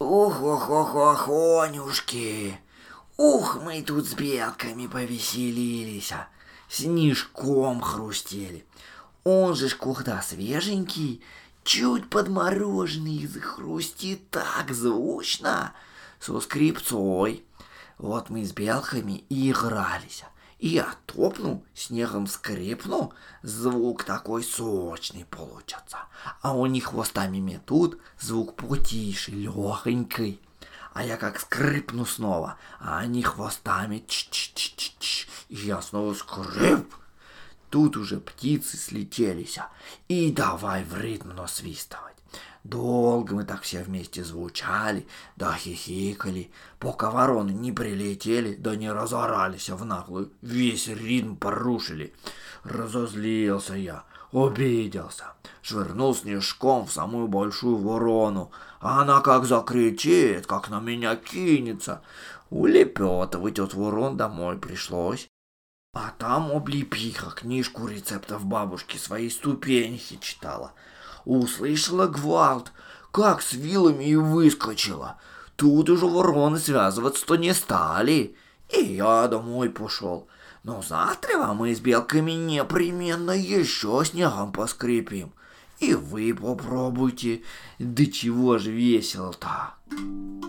Ух-ох-ох-охонюшки! Ух, мы тут с белками повеселились, снежком хрустели. Он же ж когда свеженький, чуть подмороженный, захрустит так звучно, со скрипцой. Вот мы с белками и игрались. И я топну, снегом скрипну, звук такой сочный получится. А они хвостами метут, звук потише, легонький. А я как скрипну снова, а они хвостами ч-ч-ч-ч-ч. И я снова скрип. Тут уже птицы слетелись, и давай в ритм насвистывать. Долго мы так все вместе звучали, да хихикали, пока вороны не прилетели, да не разорались в наглую, весь ритм порушили. Разозлился я, обиделся, швырнул снежком в самую большую ворону, а она как закричит, как на меня кинется. Улепетывать от ворон домой пришлось. А там облепиха книжку рецептов бабушки своей ступеньки читала. Услышала гвалт, как с вилами и выскочила. Тут уже вороны связываться-то не стали. И я домой пошел. Но завтра мы с белками непременно еще снегом поскрипим. И вы попробуйте. Да чего ж весело-то.